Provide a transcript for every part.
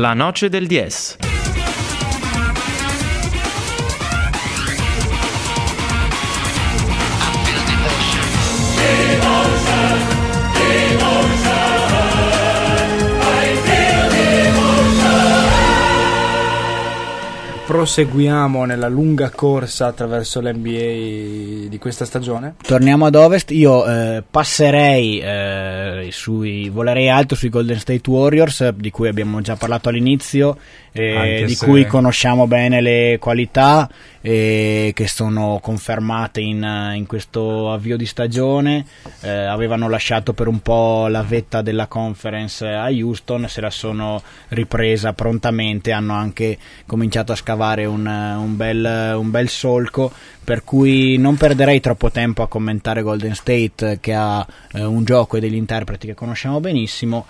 La Noche del 10. Proseguiamo nella lunga corsa attraverso l'NBA di questa stagione. Torniamo ad Ovest. Io passerei volerei alto sui Golden State Warriors, di cui abbiamo già parlato all'inizio, di cui conosciamo bene le qualità, che sono confermate in questo avvio di stagione. Avevano lasciato per un po' la vetta della conference a Houston, se la sono ripresa prontamente, hanno anche cominciato a scavare un bel solco, per cui non perderei troppo tempo a commentare Golden State, che ha un gioco e degli interpreti che conosciamo benissimo.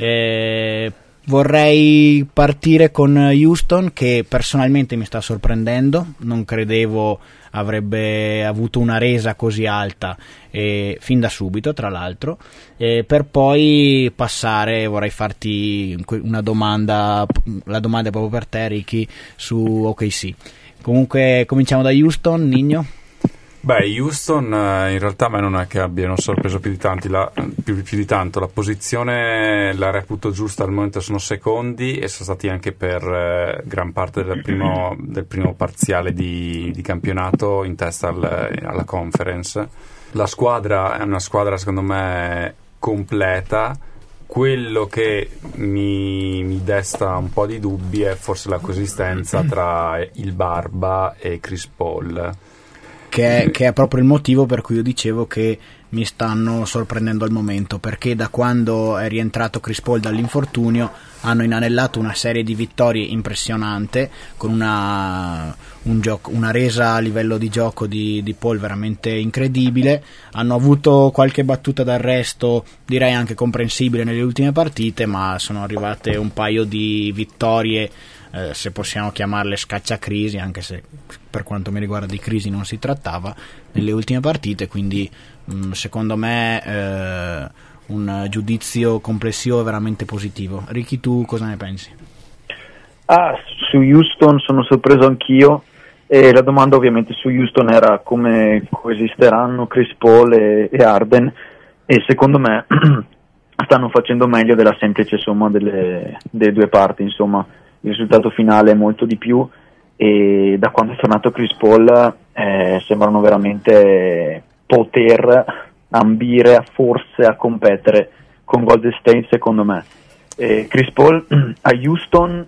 Vorrei partire con Houston, che personalmente mi sta sorprendendo. Non credevo avrebbe avuto una resa così alta fin da subito, tra l'altro, per poi passare. Vorrei farti una domanda, la domanda è proprio per te, Ricky, su OKC. Comunque cominciamo da Houston. Nigno? Beh, Houston in realtà a me non è che abbiano sorpreso più di tanto. La posizione la reputo giusta, al momento sono secondi e sono stati anche per gran parte del primo parziale di campionato in testa alla conference. La squadra è una squadra secondo me completa. Quello che mi desta un po' di dubbi è forse la coesistenza tra il Barba e Chris Paul, che è proprio il motivo per cui io dicevo che mi stanno sorprendendo al momento, perché da quando è rientrato Chris Paul dall'infortunio hanno inanellato una serie di vittorie impressionante, con una resa a livello di gioco di Paul veramente incredibile. Hanno avuto qualche battuta d'arresto, direi anche comprensibile, nelle ultime partite, ma sono arrivate un paio di vittorie, se possiamo chiamarle scacciacrisi, anche se per quanto mi riguarda di crisi non si trattava nelle ultime partite, quindi secondo me un giudizio complessivo veramente positivo. Ricky, tu cosa ne pensi? Su Houston sono sorpreso anch'io, e la domanda ovviamente su Houston era come coesisteranno Chris Paul e Harden, e secondo me stanno facendo meglio della semplice somma delle due parti. Insomma, il risultato finale è molto di più, e da quando è tornato Chris Paul sembrano veramente poter ambire forse a competere con Golden State, secondo me. Chris Paul a Houston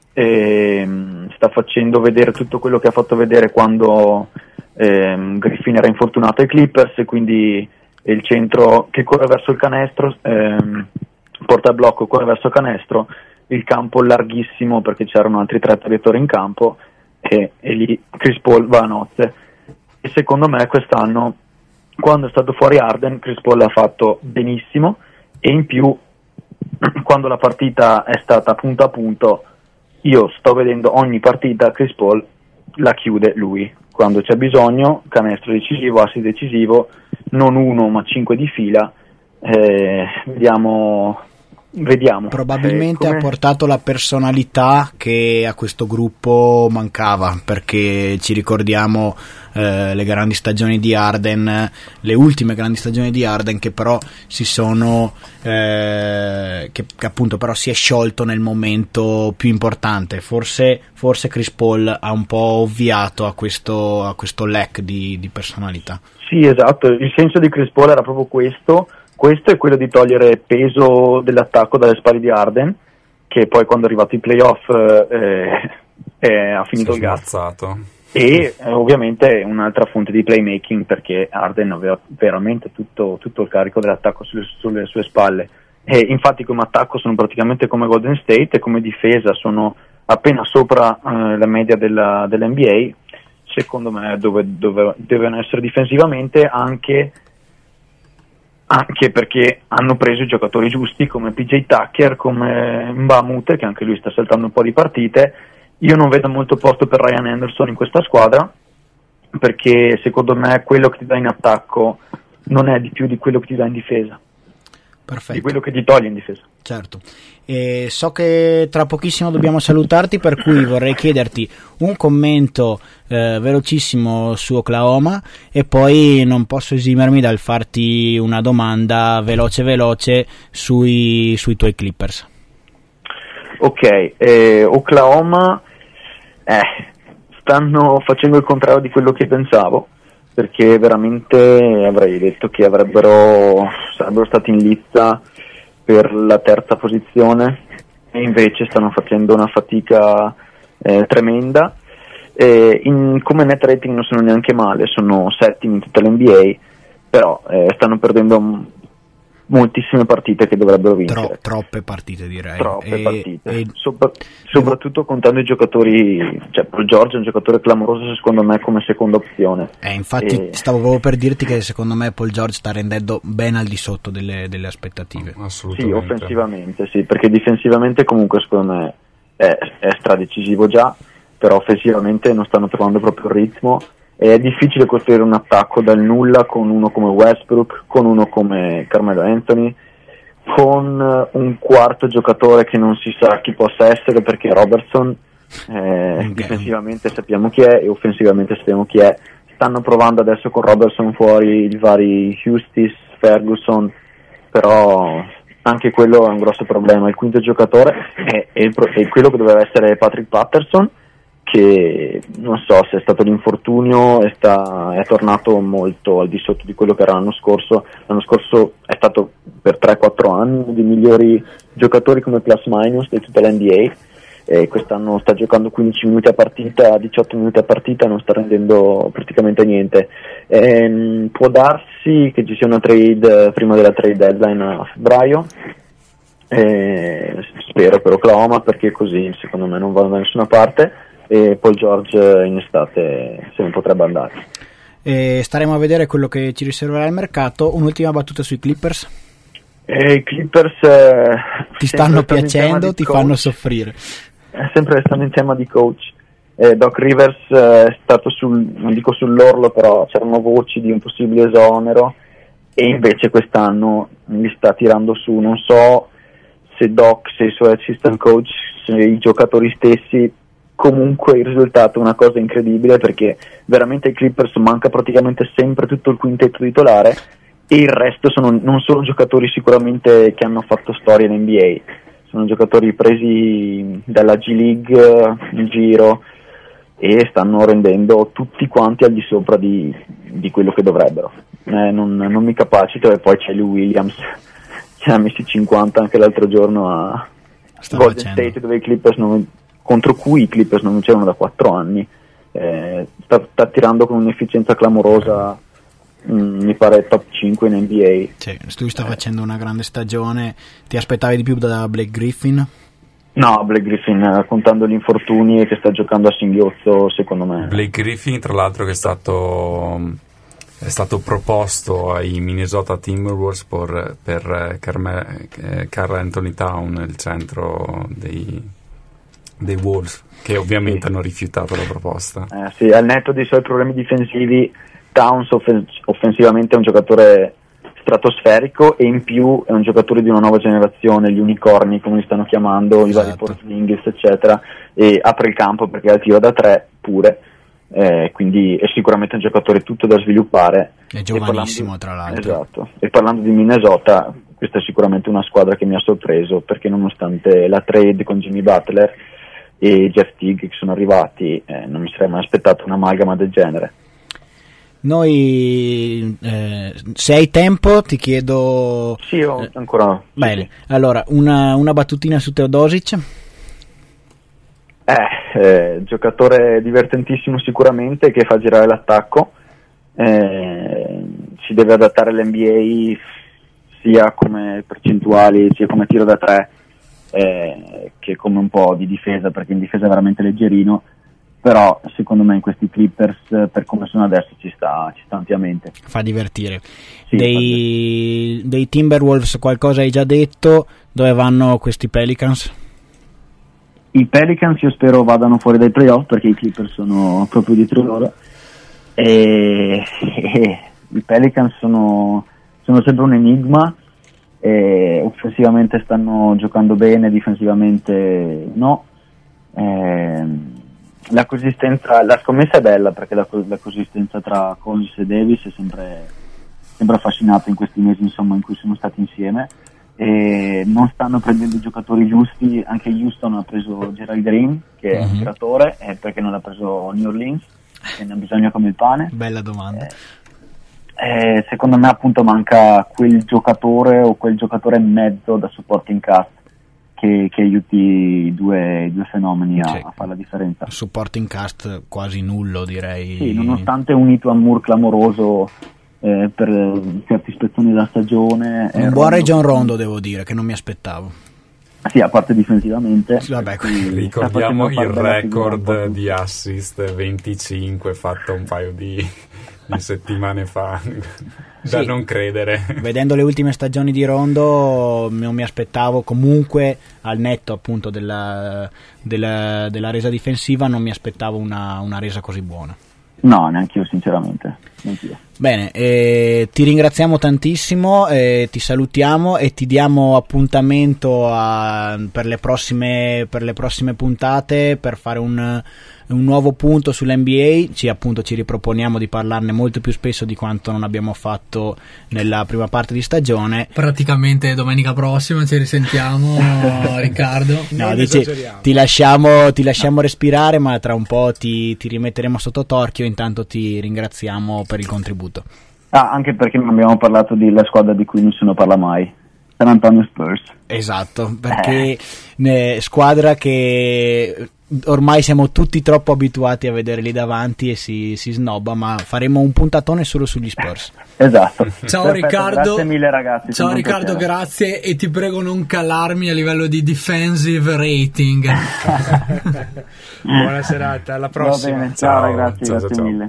sta facendo vedere tutto quello che ha fatto vedere quando Griffin era infortunato ai Clippers, e quindi il centro che corre verso il canestro, porta il blocco, corre verso il canestro, il campo larghissimo perché c'erano altri 3 traiettori in campo, e lì Chris Paul va a nozze. E secondo me quest'anno, quando è stato fuori Harden, Chris Paul l'ha fatto benissimo, e in più quando la partita è stata punto a punto, io sto vedendo ogni partita Chris Paul la chiude lui, quando c'è bisogno, canestro decisivo, assist decisivo, non 1 ma 5 di fila. Vediamo. Probabilmente ha portato la personalità che a questo gruppo mancava, perché ci ricordiamo le grandi stagioni di Harden, le ultime grandi stagioni di Harden, che però si sono che appunto però si è sciolto nel momento più importante. Forse Chris Paul ha un po' ovviato a questo lack di personalità. Sì, esatto, il senso di Chris Paul era proprio questo è quello di togliere peso dell'attacco dalle spalle di Harden, che poi quando è arrivato ai playoff ha finito il gas, e ovviamente un'altra fonte di playmaking, perché Harden aveva veramente tutto il carico dell'attacco sulle sue spalle, e infatti come attacco sono praticamente come Golden State, e come difesa sono appena sopra la media dell'NBA, secondo me, dove devono essere difensivamente, anche perché hanno preso i giocatori giusti come PJ Tucker, come Mbamute, che anche lui sta saltando un po' di partite. Io non vedo molto posto per Ryan Anderson in questa squadra, perché secondo me quello che ti dà in attacco non è di più di quello che ti dà in difesa. Perfetto. Di quello che ti toglie in difesa. Certo. E so che tra pochissimo dobbiamo salutarti, per cui vorrei chiederti un commento velocissimo su Oklahoma e poi non posso esimermi dal farti una domanda veloce sui tuoi Clippers. Ok, Oklahoma stanno facendo il contrario di quello che pensavo, perché veramente avrei detto che sarebbero stati in lizza per la terza posizione e invece stanno facendo una fatica tremenda. Come net rating non sono neanche male, sono settimi in tutta l'NBA, però stanno perdendo moltissime partite che dovrebbero vincere. Troppe partite, direi. Partite. Soprattutto contando i giocatori, cioè Paul George è un giocatore clamoroso secondo me come seconda opzione. Infatti stavo proprio per dirti che secondo me Paul George sta rendendo ben al di sotto delle aspettative. Assolutamente. Sì, offensivamente sì, perché difensivamente comunque secondo me è stradecisivo già, però offensivamente non stanno trovando proprio il ritmo. È difficile costruire un attacco dal nulla con uno come Westbrook, con uno come Carmelo Anthony, con un quarto giocatore che non si sa chi possa essere, perché Robertson difensivamente sappiamo chi è e offensivamente sappiamo chi è. Stanno provando adesso con Robertson fuori i vari Hustis, Ferguson, però anche quello è un grosso problema. Il quinto giocatore è quello che doveva essere Patrick Patterson, che non so se è stato l'infortunio, è tornato molto al di sotto di quello che era l'anno scorso. L'anno scorso è stato per 3-4 anni uno dei migliori giocatori come plus minus di tutta l'NBA, e quest'anno sta giocando 15 minuti a partita, 18 minuti a partita, non sta rendendo praticamente niente. Può darsi che ci sia una trade prima della trade deadline a febbraio, spero per Oklahoma, perché così secondo me non va da nessuna parte e Paul George in estate se ne potrebbe andare. Staremo a vedere quello che ci riserverà il mercato. Un'ultima battuta sui Clippers. I Clippers ti stanno piacendo, ti fanno soffrire? Sempre restando in tema di coach, Doc Rivers è stato non dico sull'orlo, però c'erano voci di un possibile esonero e invece quest'anno li sta tirando su. Non so se Doc, se i suoi assistant coach, se i giocatori stessi. Comunque il risultato è una cosa incredibile, perché veramente ai Clippers manca praticamente sempre tutto il quintetto titolare e il resto non sono giocatori sicuramente che hanno fatto storia in NBA, sono giocatori presi dalla G League in giro e stanno rendendo tutti quanti al di sopra di quello che dovrebbero. Non mi capacito. E poi c'è Lou Williams che ha messi 50 anche l'altro giorno a Golden State, dove i Clippers contro cui i Clippers non vincevano da 4 anni. Sta tirando con un'efficienza clamorosa, mi pare top 5 in NBA. Sì, lui sta facendo una grande stagione. Ti aspettavi di più da Blake Griffin? No, Blake Griffin, contando gli infortuni, che sta giocando a singhiozzo, secondo me. Blake Griffin, tra l'altro, che è stato proposto ai Minnesota Timberwolves per Karl Anthony Town, il centro dei Wolves, che ovviamente hanno rifiutato la proposta. Sì, al netto dei suoi problemi difensivi, Towns offensivamente è un giocatore stratosferico e in più è un giocatore di una nuova generazione, gli unicorni come li stanno chiamando, i vari Porzingis eccetera, e apre il campo perché ha il tiro da 3 pure, quindi è sicuramente un giocatore tutto da sviluppare. È giovanissimo tra l'altro. Esatto. E parlando di Minnesota, questa è sicuramente una squadra che mi ha sorpreso, perché nonostante la trade con Jimmy Butler e Jeff Teague che sono arrivati, non mi sarei mai aspettato un'amalgama del genere. Noi se hai tempo ti chiedo. Sì, ho ancora. Bene, sì. Allora una battutina su Teodosic. Giocatore divertentissimo sicuramente, che fa girare l'attacco, si deve adattare all'NBA sia come percentuali sia come tiro da 3, che come un po' di difesa, perché in difesa è veramente leggerino, però secondo me in questi Clippers, per come sono adesso, ci sta ampiamente. Fa divertire. Sì, dei Timberwolves qualcosa hai già detto. Dove vanno questi Pelicans? I Pelicans io spero vadano fuori dai playoff, perché i Clippers sono proprio dietro loro, e i Pelicans sono sempre un enigma, offensivamente stanno giocando bene, difensivamente no. La scommessa è bella, perché la consistenza tra Cousins e Davis è sempre affascinata in questi mesi, insomma, in cui sono stati insieme. Non stanno prendendo i giocatori giusti. Anche Houston ha preso Gerald Green, che è un tiratore, perché non l'ha preso New Orleans, che ne ha bisogno come il pane. Bella domanda. Secondo me appunto manca quel giocatore o quel giocatore e mezzo da supporting cast che aiuti i due fenomeni a fare la differenza. Supporting cast quasi nullo, direi. Sì, nonostante un Ito Amour clamoroso per certi spezzoni della stagione. Un buon Rajon Rondo, devo dire, che non mi aspettavo. Sì, a parte difensivamente. Sì, vabbè, ricordiamo il record di assist 25 fatto un paio di settimane fa, da non credere. Vedendo le ultime stagioni di Rondo non mi aspettavo, comunque al netto appunto della resa difensiva, non mi aspettavo una resa così buona. No, neanche io sinceramente. Neanch'io. Bene, ti ringraziamo tantissimo, ti salutiamo e ti diamo appuntamento per le prossime puntate, per fare un nuovo punto sull'NBA. Ci riproponiamo di parlarne molto più spesso di quanto non abbiamo fatto nella prima parte di stagione. Praticamente domenica prossima ci risentiamo, Riccardo. No, ti lasciamo respirare, ma tra un po' ti rimetteremo sotto torchio. Intanto ti ringraziamo per il contributo. Anche perché non abbiamo parlato della squadra di cui nessuno parla mai, San Antonio Spurs. Esatto, perché squadra che ormai siamo tutti troppo abituati a vedere lì davanti e si snobba, ma faremo un puntatone solo sugli Spurs. Esatto. Ciao. Perfetto, Riccardo, grazie mille ragazzi. Ciao Riccardo, grazie, e ti prego non calarmi a livello di defensive rating. Buona serata, alla prossima. Va bene, ciao ragazzi, grazie mille.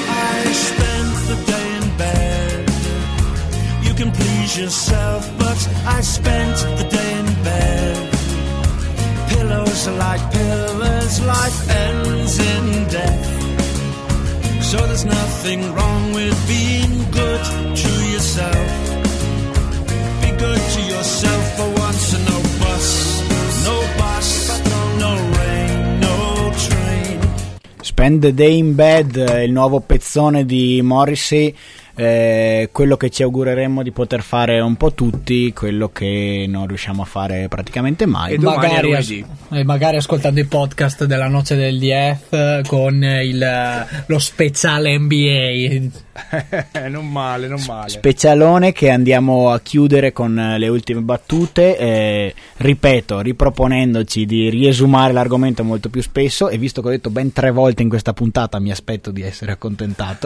You can please yourself, but I spent the day in bed. Pillows are like pillars, life ends in death. So there's nothing wrong with being good to yourself. Be good to yourself for once, and no bus, no rain, no train. Spend the Day in Bed, il nuovo pezzone di Morrissey. Quello che ci augureremmo di poter fare un po' tutti, quello che non riusciamo a fare praticamente mai, e magari ascoltando i podcast della noce del DF con lo speciale NBA. non male specialone che andiamo a chiudere con le ultime battute, ripeto, riproponendoci di riesumare l'argomento molto più spesso, e visto che ho detto ben 3 volte in questa puntata, mi aspetto di essere accontentato.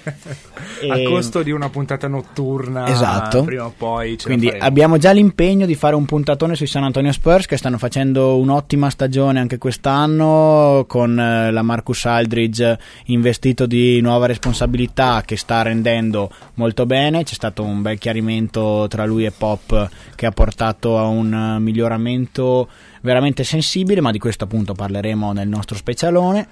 A costo di una puntata notturna, esatto. Prima o poi quindi abbiamo già l'impegno di fare un puntatone sui San Antonio Spurs, che stanno facendo un'ottima stagione anche quest'anno, con la Marcus Aldridge investito di nuova responsabilità, che sta rendendo molto bene. C'è stato un bel chiarimento tra lui e Pop, che ha portato a un miglioramento veramente sensibile, ma di questo appunto parleremo nel nostro specialone.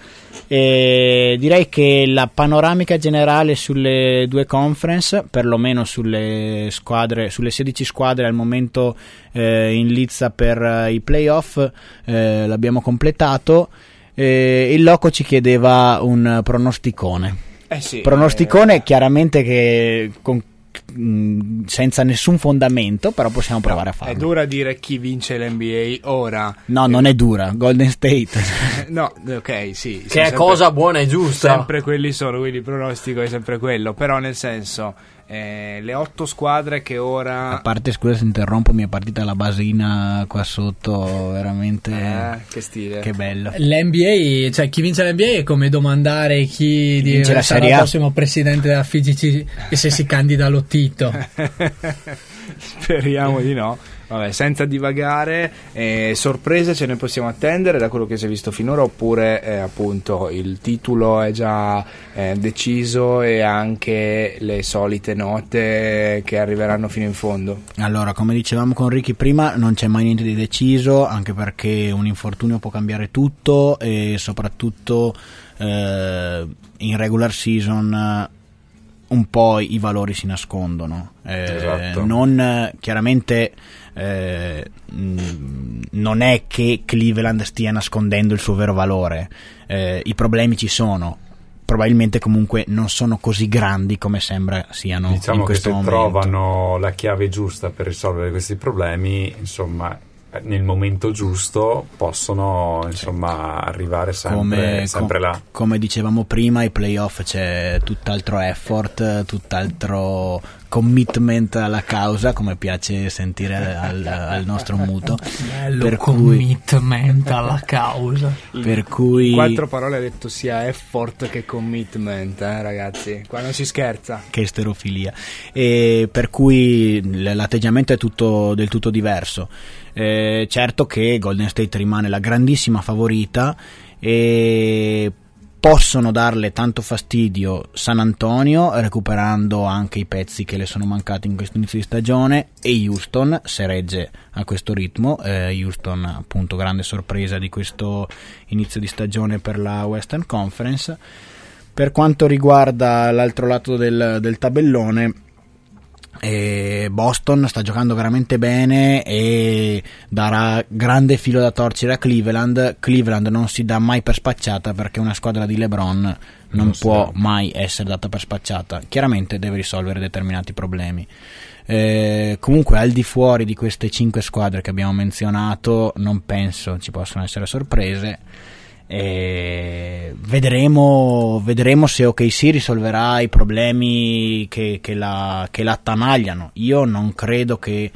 E direi che la panoramica generale sulle due conference, perlomeno sulle 16 squadre al momento in lizza per i playoff, l'abbiamo completato. Il Loco ci chiedeva un pronosticone. Sì, pronosticone chiaramente che senza nessun fondamento, però possiamo provare a farlo. È dura dire chi vince l'NBA ora. No, non è dura. Golden State. No, ok, sì. Che è cosa buona e giusta. Sempre quelli sono, quindi il pronostico è sempre quello. Però nel senso, le 8 squadre che ora... A parte, scusa se interrompo, mi è partita la basina qua sotto, veramente... che stile. Che bello. L'NBA, cioè chi vince l'NBA è come domandare chi sarà il prossimo presidente della FIGC e se si candida allo Tito. Speriamo di no. Vabbè, senza divagare, sorprese ce ne possiamo attendere da quello che si è visto finora, oppure appunto il titolo è già deciso e anche le solite note che arriveranno fino in fondo? Allora, come dicevamo con Ricky prima, non c'è mai niente di deciso, anche perché un infortunio può cambiare tutto, e soprattutto in regular season un po' i valori si nascondono. Esatto. Non chiaramente non è che Cleveland stia nascondendo il suo vero valore, i problemi ci sono, probabilmente comunque non sono così grandi come sembra siano, diciamo, in questo momento. Che se trovano la chiave giusta per risolvere questi problemi, insomma, nel momento giusto possono, insomma, arrivare sempre là. Come dicevamo prima, ai playoff c'è tutt'altro effort, tutt'altro commitment alla causa, come piace sentire al nostro muto. Bello, per commitment alla causa. Per cui, in 4 parole ha detto sia effort che commitment, ragazzi, qua non si scherza. Che esterofilia. E per cui l'atteggiamento è del tutto diverso. Certo che Golden State rimane la grandissima favorita e possono darle tanto fastidio San Antonio, recuperando anche i pezzi che le sono mancati in questo inizio di stagione, e Houston, se regge a questo ritmo. Houston, appunto, grande sorpresa di questo inizio di stagione per la Western Conference. Per quanto riguarda l'altro lato del tabellone, Boston sta giocando veramente bene e darà grande filo da torcere a Cleveland. Cleveland non si dà mai per spacciata, perché una squadra di LeBron non può mai essere data per spacciata, chiaramente deve risolvere determinati problemi. Comunque, al di fuori di queste 5 squadre che abbiamo menzionato, non penso ci possano essere sorprese. Vedremo se OKC risolverà i problemi che la attanagliano. Io non credo che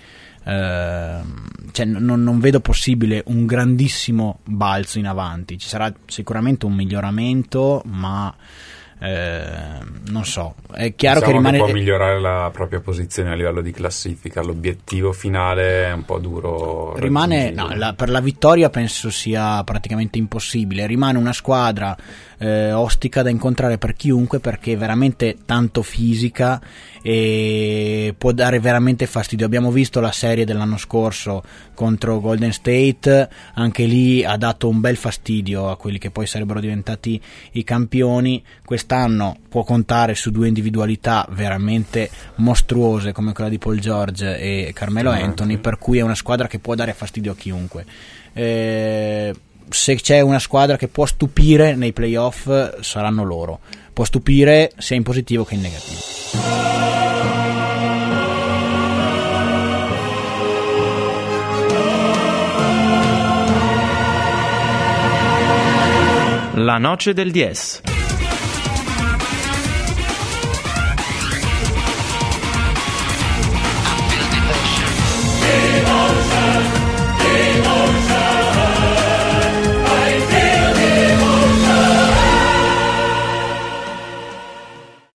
non vedo possibile un grandissimo balzo in avanti. Ci sarà sicuramente un miglioramento, ma non so, è chiaro, diciamo, che rimane, che può migliorare la propria posizione a livello di classifica. L'obiettivo finale è un po' duro, rimane, per la vittoria penso sia praticamente impossibile. Rimane una squadra ostica da incontrare per chiunque, perché è veramente tanto fisica e può dare veramente fastidio. Abbiamo visto la serie dell'anno scorso contro Golden State, anche lì ha dato un bel fastidio a quelli che poi sarebbero diventati i campioni. Quest'anno può contare su 2 individualità veramente mostruose come quella di Paul George e Carmelo Anthony, per cui è una squadra che può dare fastidio a chiunque. Se c'è una squadra che può stupire nei playoff, saranno loro. Può stupire sia in positivo che in negativo. La noce del 10.